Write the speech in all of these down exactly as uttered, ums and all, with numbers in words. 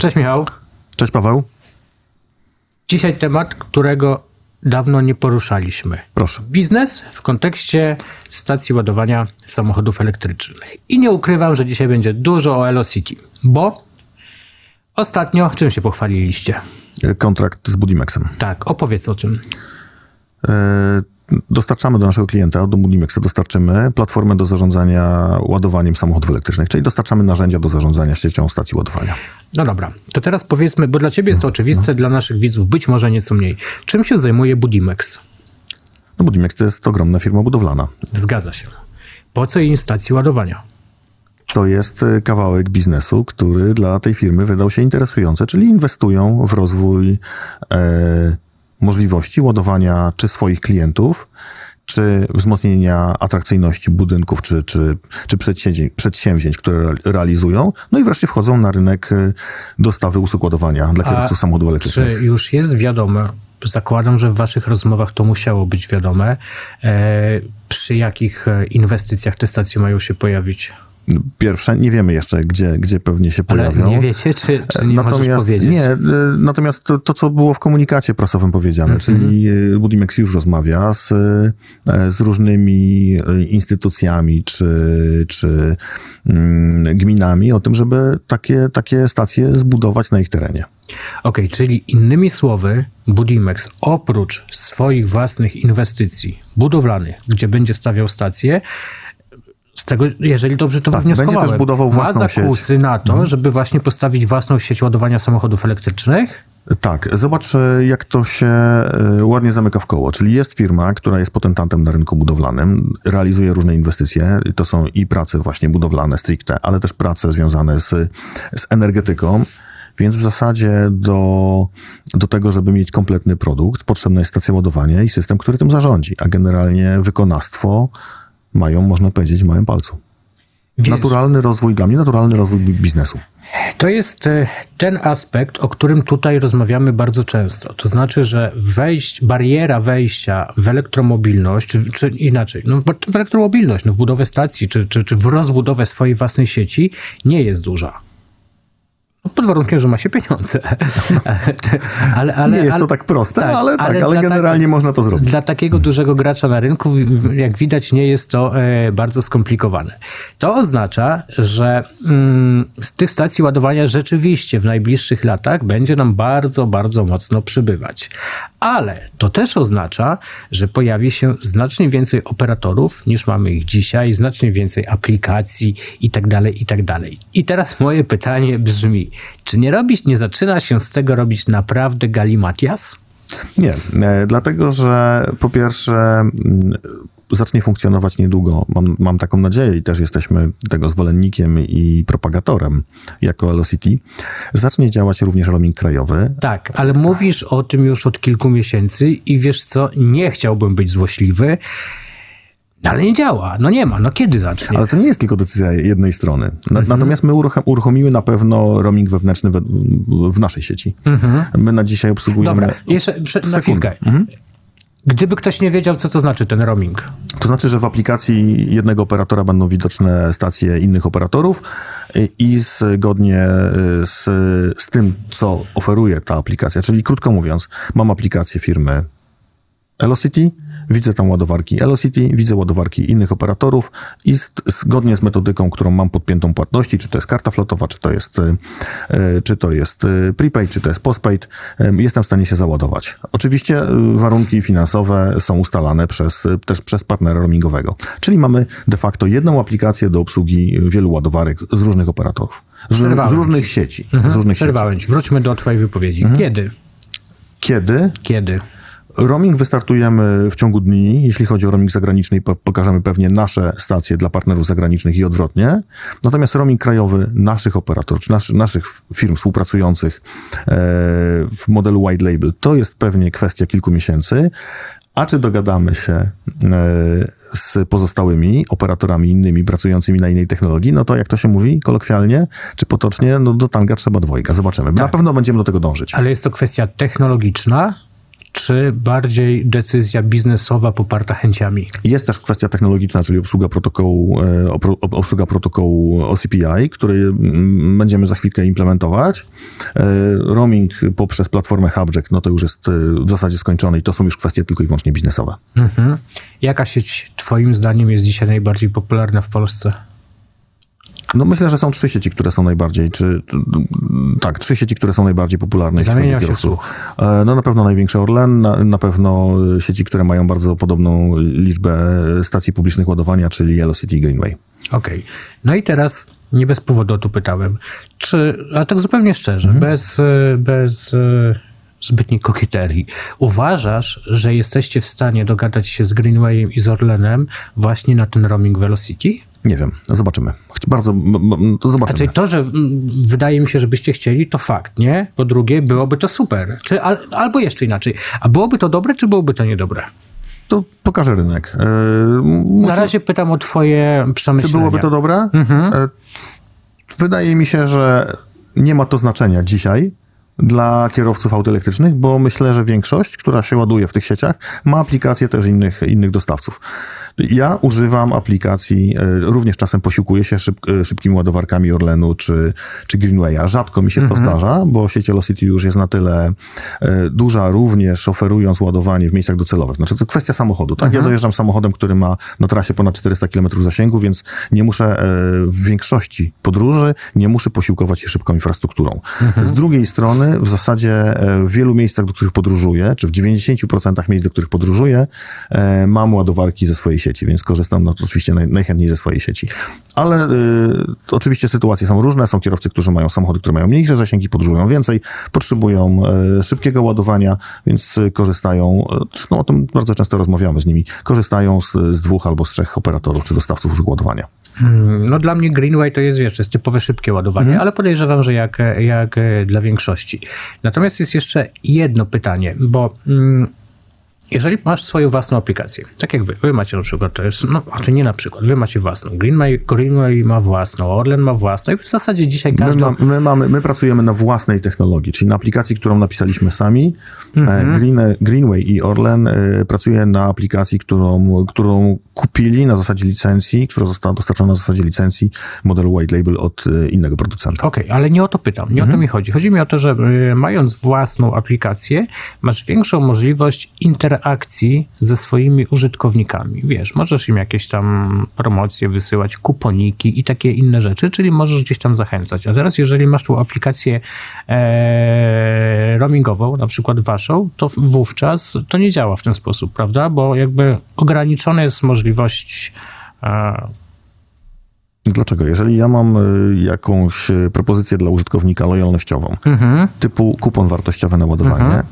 Cześć Michał. Cześć Paweł. Dzisiaj temat, którego dawno nie poruszaliśmy. Proszę. Biznes w kontekście stacji ładowania samochodów elektrycznych. I nie ukrywam, że dzisiaj będzie dużo o Elocity, bo ostatnio czym się pochwaliliście? Kontrakt z Budimexem. Tak, opowiedz o tym. E, dostarczamy do naszego klienta, do Budimexa dostarczymy platformę do zarządzania ładowaniem samochodów elektrycznych, czyli dostarczamy narzędzia do zarządzania siecią stacji ładowania. No dobra, to teraz powiedzmy, bo dla ciebie jest to oczywiste, no. Dla naszych widzów być może nieco mniej. Czym się zajmuje Budimex? No Budimex to jest ogromna firma budowlana. Zgadza się. Po co im stacji ładowania? To jest kawałek biznesu, który dla tej firmy wydał się interesujący, czyli inwestują w rozwój e, możliwości ładowania czy swoich klientów, czy wzmocnienia atrakcyjności budynków, czy, czy, czy przedsięwzięć, przedsięwzięć, które realizują. No i wreszcie wchodzą na rynek dostawy usług ładowania dla kierowców A samochodów elektrycznych. Czy już jest wiadome, zakładam, że w waszych rozmowach to musiało być wiadome, e, przy jakich inwestycjach te stacje mają się pojawić? Pierwsze, nie wiemy jeszcze, gdzie, gdzie pewnie się Ale pojawią. nie wiecie, czy, czy nie natomiast, możesz powiedzieć? Nie, natomiast to, to, co było w komunikacie prasowym powiedziane, mm-hmm. czyli Budimex już rozmawia z, z różnymi instytucjami czy, czy mm, gminami o tym, żeby takie, takie stacje zbudować na ich terenie. Okej, okay, czyli innymi słowy, Budimex oprócz swoich własnych inwestycji budowlanych, gdzie będzie stawiał stacje, z tego, jeżeli dobrze to tak, wywnioskowałem, będzie też budował własną ma zakusy sieć. na to, hmm. żeby właśnie postawić własną sieć ładowania samochodów elektrycznych? Tak, zobacz, jak to się ładnie zamyka w koło. Czyli jest firma, która jest potentantem na rynku budowlanym, realizuje różne inwestycje. To są i prace właśnie budowlane stricte, ale też prace związane z, z energetyką. Więc w zasadzie do, do tego, żeby mieć kompletny produkt, potrzebna jest stacja ładowania i system, który tym zarządzi. A generalnie wykonawstwo mają, można powiedzieć, w małym palcu. Wiesz, naturalny rozwój, dla mnie naturalny rozwój biznesu. To jest ten aspekt, o którym tutaj rozmawiamy bardzo często. To znaczy, że wejść, bariera wejścia w elektromobilność, czy, czy inaczej, no, w elektromobilność, no, w budowę stacji, czy, czy, czy w rozbudowę swojej własnej sieci nie jest duża. Pod warunkiem, że ma się pieniądze. ale, ale, nie jest ale, to tak proste, tak, ale, tak, ale, ale generalnie tak, można to zrobić. Dla takiego dużego gracza na rynku, jak widać, nie jest to e, bardzo skomplikowane. To oznacza, że mm, z tych stacji ładowania rzeczywiście w najbliższych latach będzie nam bardzo, bardzo mocno przybywać. Ale to też oznacza, że pojawi się znacznie więcej operatorów niż mamy ich dzisiaj, znacznie więcej aplikacji i tak dalej, i tak dalej. I teraz moje pytanie brzmi, czy nie robić, nie zaczyna się z tego robić naprawdę galimatias? Nie, e, dlatego, że po pierwsze m, zacznie funkcjonować niedługo, mam, mam taką nadzieję i też jesteśmy tego zwolennikiem i propagatorem jako Elocity, zacznie działać również roaming krajowy. Tak, ale mówisz o tym już od kilku miesięcy i wiesz co, nie chciałbym być złośliwy, ale nie działa, no nie ma, no kiedy zacznie? Ale to nie jest tylko decyzja jednej strony. Na, mhm. Natomiast my uruchom, uruchomimy na pewno roaming wewnętrzny we, w naszej sieci. Mhm. My na dzisiaj obsługujemy... Dobra, jeszcze prze, na chwilkę. Mhm. Gdyby ktoś nie wiedział, co to znaczy ten roaming? To znaczy, że w aplikacji jednego operatora będą widoczne stacje innych operatorów i zgodnie z, z tym, co oferuje ta aplikacja, czyli krótko mówiąc, mam aplikację firmy Elocity, widzę tam ładowarki Elocity, widzę ładowarki innych operatorów i z, zgodnie z metodyką, którą mam podpiętą płatności, czy to jest karta flotowa, czy to jest, y, czy to jest prepaid, czy to jest postpaid, y, jestem w stanie się załadować. Oczywiście y, warunki finansowe są ustalane przez, y, też przez partnera roamingowego. Czyli mamy de facto jedną aplikację do obsługi wielu ładowarek z różnych operatorów. Z, z różnych ci. sieci. Mhm, z różnych przerwałem sieci. ci. Wróćmy do twojej wypowiedzi. Mhm. Kiedy? Kiedy? Kiedy? Roaming wystartujemy w ciągu dni. Jeśli chodzi o roaming zagraniczny, pokażemy pewnie nasze stacje dla partnerów zagranicznych i odwrotnie. Natomiast roaming krajowy naszych operatorów, czy nas, naszych firm współpracujących e, w modelu white label, to jest pewnie kwestia kilku miesięcy. A czy dogadamy się e, z pozostałymi operatorami innymi, pracującymi na innej technologii, no to jak to się mówi kolokwialnie, czy potocznie, no do tanga trzeba dwojga. Zobaczymy. Tak. Na pewno będziemy do tego dążyć. Ale jest to kwestia technologiczna, czy bardziej decyzja biznesowa poparta chęciami? Jest też kwestia technologiczna, czyli obsługa protokołu, obsługa protokołu O C P I, który będziemy za chwilkę implementować. Roaming poprzez platformę Hubjack, no to już jest w zasadzie skończony i to są już kwestie tylko i wyłącznie biznesowe. Mhm. Jaka sieć twoim zdaniem jest dzisiaj najbardziej popularna w Polsce? No myślę, że są trzy sieci, które są najbardziej, czy tak, trzy sieci, które są najbardziej popularne. Zamienia się słuch. No na pewno największy Orlen, na, na pewno sieci, które mają bardzo podobną liczbę stacji publicznych ładowania, czyli Yellow City i Greenway. Okej. Okay. No i teraz nie bez powodu o to pytałem. Czy, a tak zupełnie szczerze, mhm. bez, bez zbytniej kokieterii, uważasz, że jesteście w stanie dogadać się z Greenwayem i z Orlenem właśnie na ten roaming Velocity? Nie wiem, zobaczymy. Bardzo, to zobaczymy. Znaczy to, że m, wydaje mi się, że byście chcieli, to fakt, nie? Po drugie, byłoby to super. Czy, al, albo jeszcze inaczej. A byłoby to dobre, czy byłoby to niedobre? To pokaże rynek. Yy, muszę... Na razie pytam o twoje przemyślenia. Czy byłoby to dobre? Mhm. Yy, wydaje mi się, że nie ma to znaczenia dzisiaj dla kierowców aut elektrycznych, bo myślę, że większość, która się ładuje w tych sieciach, ma aplikacje też innych, innych dostawców. Ja używam aplikacji, również czasem posiłkuję się szyb, szybkimi ładowarkami Orlenu czy, czy Greenwaya. Rzadko mi się to mhm. zdarza, bo sieć Velocity już jest na tyle duża, również oferując ładowanie w miejscach docelowych. Znaczy to kwestia samochodu, tak? Mhm. Ja dojeżdżam samochodem, który ma na trasie ponad czterysta kilometrów zasięgu, więc nie muszę w większości podróży, nie muszę posiłkować się szybką infrastrukturą. Mhm. Z drugiej strony w zasadzie w wielu miejscach, do których podróżuję, czy w dziewięćdziesięciu procentach miejsc, do których podróżuję, mam ładowarki ze swojej sieci, więc korzystam no, oczywiście naj, najchętniej ze swojej sieci. Ale y, oczywiście sytuacje są różne. Są kierowcy, którzy mają samochody, które mają mniejsze zasięgi, podróżują więcej, potrzebują y, szybkiego ładowania, więc y, korzystają, no o tym bardzo często rozmawiamy z nimi, korzystają z, z dwóch albo z trzech operatorów czy dostawców usług ładowania. No dla mnie Greenway to jest, wiesz, jest typowe szybkie ładowanie, mhm. ale podejrzewam, że jak, jak dla większości. Natomiast jest jeszcze jedno pytanie, bo mm, jeżeli masz swoją własną aplikację, tak jak wy, wy macie na przykład, to jest, no, znaczy nie na przykład, wy macie własną, Greenway, Greenway ma własną, Orlen ma własną i w zasadzie dzisiaj każdy... My, ma, my, mamy, my pracujemy na własnej technologii, czyli na aplikacji, którą napisaliśmy sami. Mhm. Green, Greenway i Orlen y, pracuje na aplikacji, którą, którą kupili na zasadzie licencji, która została dostarczona na zasadzie licencji modelu white label od y, innego producenta. Okej, okay, ale nie o to pytam, nie mhm. o to mi chodzi. Chodzi mi o to, że y, mając własną aplikację, masz większą możliwość interakcji akcji ze swoimi użytkownikami. Wiesz, możesz im jakieś tam promocje wysyłać, kuponiki i takie inne rzeczy, czyli możesz gdzieś tam zachęcać. A teraz, jeżeli masz tu aplikację e, roamingową, na przykład waszą, to wówczas to nie działa w ten sposób, prawda? Bo jakby ograniczona jest możliwość e, Dlaczego? Jeżeli ja mam jakąś propozycję dla użytkownika lojalnościową, mhm. typu kupon wartościowy na ładowanie, mhm.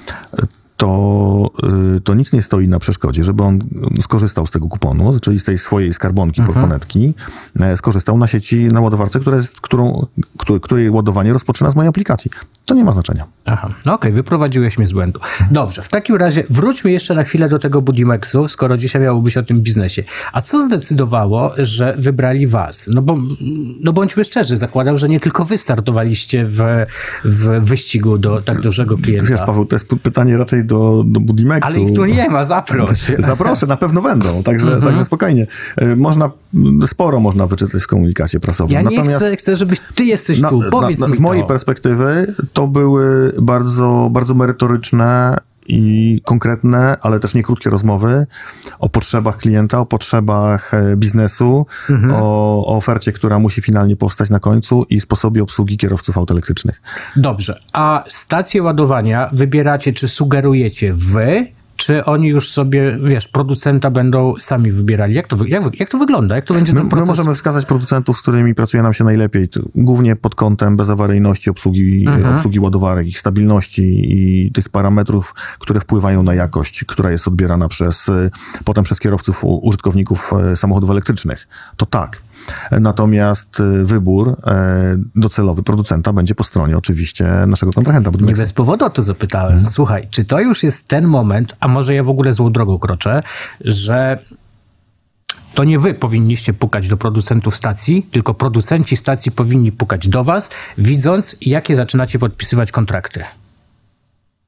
to, to nic nie stoi na przeszkodzie, żeby on skorzystał z tego kuponu, czyli z tej swojej skarbonki, mhm. portmonetki, skorzystał na sieci, na ładowarce, która jest, którą, której ładowanie rozpoczyna z mojej aplikacji. To nie ma znaczenia. Aha, no okej, okay, wyprowadziłeś mnie z błędu. Dobrze, w takim razie wróćmy jeszcze na chwilę do tego Budimexu, skoro dzisiaj miało być o tym biznesie. A co zdecydowało, że wybrali was? No bo, no bądźmy szczerzy, zakładam, że nie tylko wy startowaliście w, w wyścigu do tak dużego klienta. Wiesz, Paweł, to jest pytanie raczej do, do Budimexu. Ale ich tu nie ma, zaproś. Zaproszę, na pewno będą, także, mhm. także spokojnie. Można, sporo można wyczytać w komunikacie prasowej. Ja nie Natomiast, chcę, chcę, żebyś ty jesteś na, tu, powiedz na, na, mi Z mojej to. perspektywy to były bardzo, bardzo merytoryczne i konkretne, ale też nie krótkie rozmowy o potrzebach klienta, o potrzebach biznesu, mhm. o, o ofercie, która musi finalnie powstać na końcu i sposobie obsługi kierowców aut elektrycznych. Dobrze, a stację ładowania wybieracie, czy sugerujecie wy, czy oni już sobie, wiesz, producenta będą sami wybierali? Jak to, jak, jak to wygląda? Jak to będzie my, ten proces? My możemy wskazać producentów, z którymi pracuje nam się najlepiej, głównie pod kątem bezawaryjności obsługi, mhm. obsługi ładowarek, ich stabilności i tych parametrów, które wpływają na jakość, która jest odbierana przez, potem przez kierowców, użytkowników samochodów elektrycznych. To tak. Natomiast wybór docelowy producenta będzie po stronie oczywiście naszego kontrahenta. Nie bez powodu o to zapytałem. Hmm. Słuchaj, czy to już jest ten moment, a może ja w ogóle złą drogą kroczę, że to nie wy powinniście pukać do producentów stacji, tylko producenci stacji powinni pukać do was, widząc, jakie zaczynacie podpisywać kontrakty?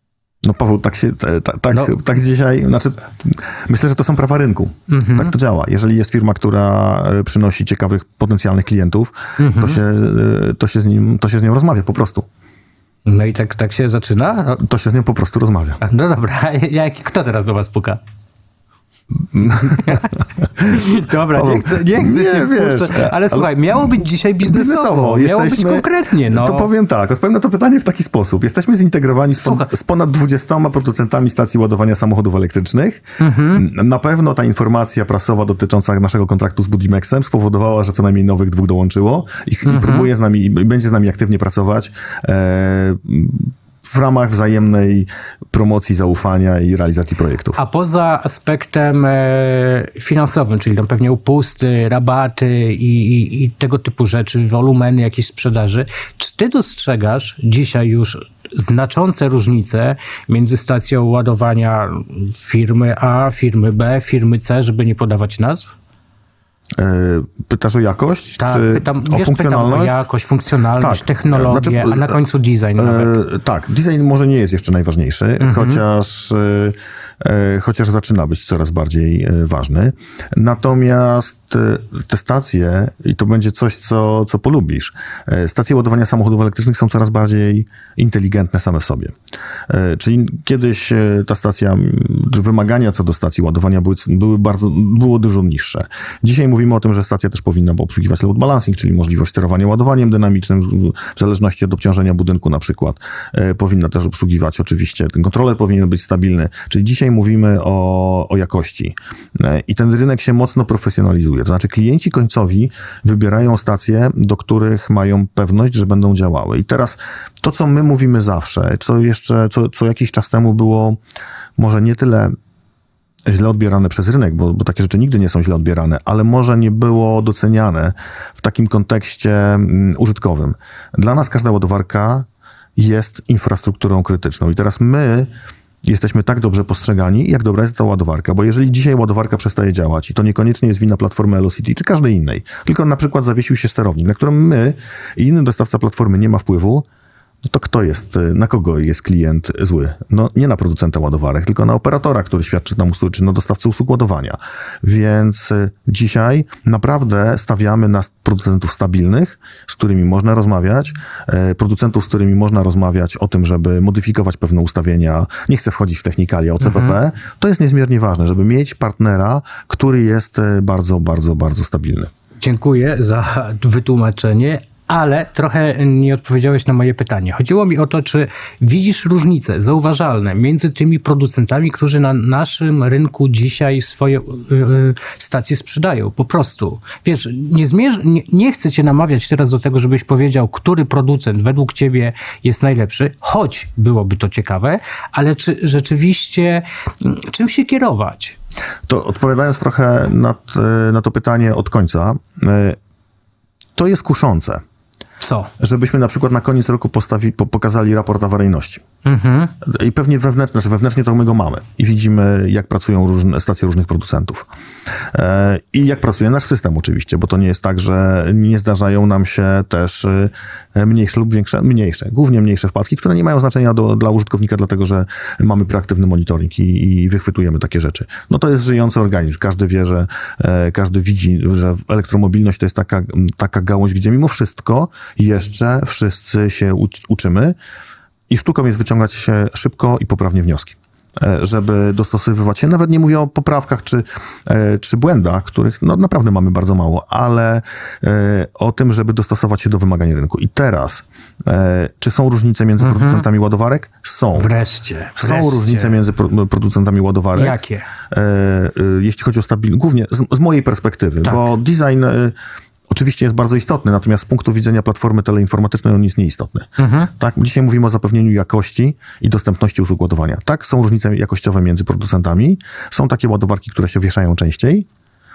No Paweł, tak się, tak, tak, No. tak dzisiaj, znaczy myślę, że to są prawa rynku. Mhm. Tak to działa. Jeżeli jest firma, która przynosi ciekawych potencjalnych klientów, mhm. to, się, to, się z nim, to się z nią rozmawia po prostu. No i tak, tak się zaczyna? No. To się z nią po prostu rozmawia. No dobra, jak, kto teraz do was puka? Dobra, nie chcę, nie chcę nie, cię wiesz, wpuszczać, ale, ale słuchaj, miało być dzisiaj biznesowo, biznesowo. Miało Jesteśmy, być konkretnie. No. To powiem tak, odpowiem na to pytanie w taki sposób. Jesteśmy zintegrowani z, pon, z ponad dwudziestoma producentami stacji ładowania samochodów elektrycznych. Mhm. Na pewno ta informacja prasowa dotycząca naszego kontraktu z Budimexem spowodowała, że co najmniej nowych dwóch dołączyło i, mhm. i próbuje z nami, będzie z nami aktywnie pracować. E, w ramach wzajemnej promocji, zaufania i realizacji projektów. A poza aspektem e, finansowym, czyli tam pewnie upusty, rabaty i, i, i tego typu rzeczy, wolumeny jakiejś sprzedaży, czy ty dostrzegasz dzisiaj już znaczące różnice między stacją ładowania firmy A, firmy B, firmy C, żeby nie podawać nazw? Pytasz o jakość, tak, czy pytam, o wiesz, funkcjonalność? Pytam o jakość, funkcjonalność, tak, technologię, znaczy, a na końcu design nawet. E, tak, design może nie jest jeszcze najważniejszy, mhm. chociaż, e, chociaż zaczyna być coraz bardziej e, ważny. Natomiast e, te stacje, i to będzie coś, co, co polubisz, e, stacje ładowania samochodów elektrycznych są coraz bardziej inteligentne same w sobie. E, czyli kiedyś e, ta stacja, wymagania co do stacji ładowania były, były bardzo, było dużo niższe. Dzisiaj mówimy o tym, że stacja też powinna obsługiwać load balancing, czyli możliwość sterowania ładowaniem dynamicznym w zależności od obciążenia budynku na przykład. E, powinna też obsługiwać oczywiście, ten kontroler powinien być stabilny. Czyli dzisiaj mówimy o, o jakości. E, I ten rynek się mocno profesjonalizuje. To znaczy klienci końcowi wybierają stacje, do których mają pewność, że będą działały. I teraz to, co my mówimy zawsze, co jeszcze, co, co jakiś czas temu było może nie tyle źle odbierane przez rynek, bo, bo takie rzeczy nigdy nie są źle odbierane, ale może nie było doceniane w takim kontekście um, użytkowym. Dla nas każda ładowarka jest infrastrukturą krytyczną i teraz my jesteśmy tak dobrze postrzegani, jak dobra jest ta ładowarka, bo jeżeli dzisiaj ładowarka przestaje działać i to niekoniecznie jest wina platformy Elocity czy każdej innej, tylko na przykład zawiesił się sterownik, na którym my i inny dostawca platformy nie ma wpływu, no to kto jest, na kogo jest klient zły? No nie na producenta ładowarek, tylko na operatora, który świadczy nam usługi, czy na dostawcę usług ładowania. Więc dzisiaj naprawdę stawiamy na producentów stabilnych, z którymi można rozmawiać, producentów, z którymi można rozmawiać o tym, żeby modyfikować pewne ustawienia. Nie chcę wchodzić w technikalia o C P P. Mhm. To jest niezmiernie ważne, żeby mieć partnera, który jest bardzo, bardzo, bardzo stabilny. Dziękuję za wytłumaczenie. Ale trochę nie odpowiedziałeś na moje pytanie. Chodziło mi o to, czy widzisz różnice zauważalne między tymi producentami, którzy na naszym rynku dzisiaj swoje yy, stacje sprzedają. Po prostu. Wiesz, nie, zmierz- nie, nie chcę cię namawiać teraz do tego, żebyś powiedział, który producent według ciebie jest najlepszy, choć byłoby to ciekawe, ale czy rzeczywiście czym się kierować? To odpowiadając trochę na, t- na to pytanie od końca, yy, to jest kuszące. Co? Żebyśmy na przykład na koniec roku postawi, po, pokazali raport awaryjności. Mhm. I pewnie wewnętrznie, znaczy wewnętrznie to my go mamy. I widzimy, jak pracują różne stacje różnych producentów. E, I jak pracuje nasz system oczywiście, bo to nie jest tak, że nie zdarzają nam się też mniejsze lub większe, mniejsze, głównie mniejsze wpadki, które nie mają znaczenia do, dla użytkownika, dlatego że mamy proaktywny monitoring i, i wychwytujemy takie rzeczy. No to jest żyjący organizm. Każdy wie, że e, każdy widzi, że elektromobilność to jest taka, taka gałąź, gdzie mimo wszystko jeszcze wszyscy się uczymy i sztuką jest wyciągać się szybko i poprawnie wnioski, żeby dostosowywać się. Nawet nie mówię o poprawkach czy, czy błędach, których no, naprawdę mamy bardzo mało, ale o tym, żeby dostosować się do wymagań rynku. I teraz, czy są różnice między mhm. producentami ładowarek? Są. Wreszcie. Są wreszcie. różnice między producentami ładowarek. Jakie? Jeśli chodzi o stabilność, głównie z, z mojej perspektywy, tak. Bo design oczywiście jest bardzo istotny, natomiast z punktu widzenia platformy teleinformatycznej on jest nieistotny. Mhm. Tak? Dzisiaj mówimy o zapewnieniu jakości i dostępności usług ładowania. Tak, są różnice jakościowe między producentami. Są takie ładowarki, które się wieszają częściej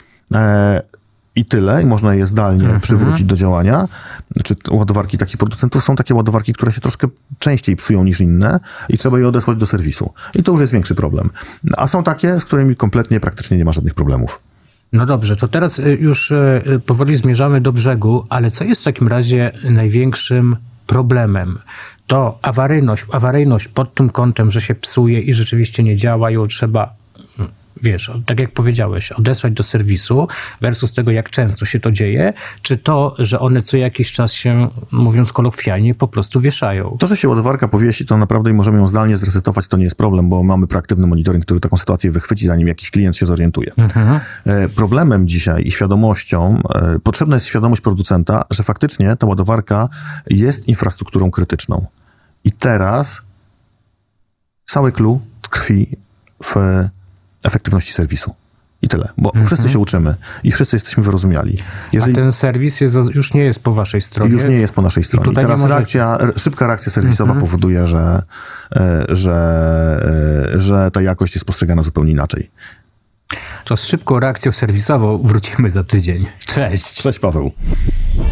e, i tyle, i można je zdalnie mhm. przywrócić do działania. Czy ładowarki takich producentów są takie ładowarki, które się troszkę częściej psują niż inne i trzeba je odesłać do serwisu. I to już jest większy problem. A są takie, z którymi kompletnie, praktycznie nie ma żadnych problemów. No dobrze, to teraz już powoli zmierzamy do brzegu, ale co jest w takim razie największym problemem? to awaryjność, awaryjność pod tym kątem, że się psuje i rzeczywiście nie działa, ją trzeba, wiesz, tak jak powiedziałeś, odesłać do serwisu versus tego, jak często się to dzieje, czy to, że one co jakiś czas się, mówiąc kolokwialnie, po prostu wieszają. To, że się ładowarka powiesi, to naprawdę i możemy ją zdalnie zresetować, to nie jest problem, bo mamy proaktywny monitoring, który taką sytuację wychwyci, zanim jakiś klient się zorientuje. Mhm. Problemem dzisiaj i świadomością, potrzebna jest świadomość producenta, że faktycznie ta ładowarka jest infrastrukturą krytyczną. I teraz cały clue tkwi w efektywności serwisu. I tyle. Bo mm-hmm. wszyscy się uczymy i wszyscy jesteśmy wyrozumiali. Jeżeli... A ten serwis jest, już nie jest po waszej stronie? Już nie jest po naszej stronie. I, I teraz możecie... reakcja, szybka reakcja serwisowa mm-hmm. powoduje, że, że, że ta jakość jest postrzegana zupełnie inaczej. To z szybką reakcją serwisową wrócimy za tydzień. Cześć. Cześć, Paweł.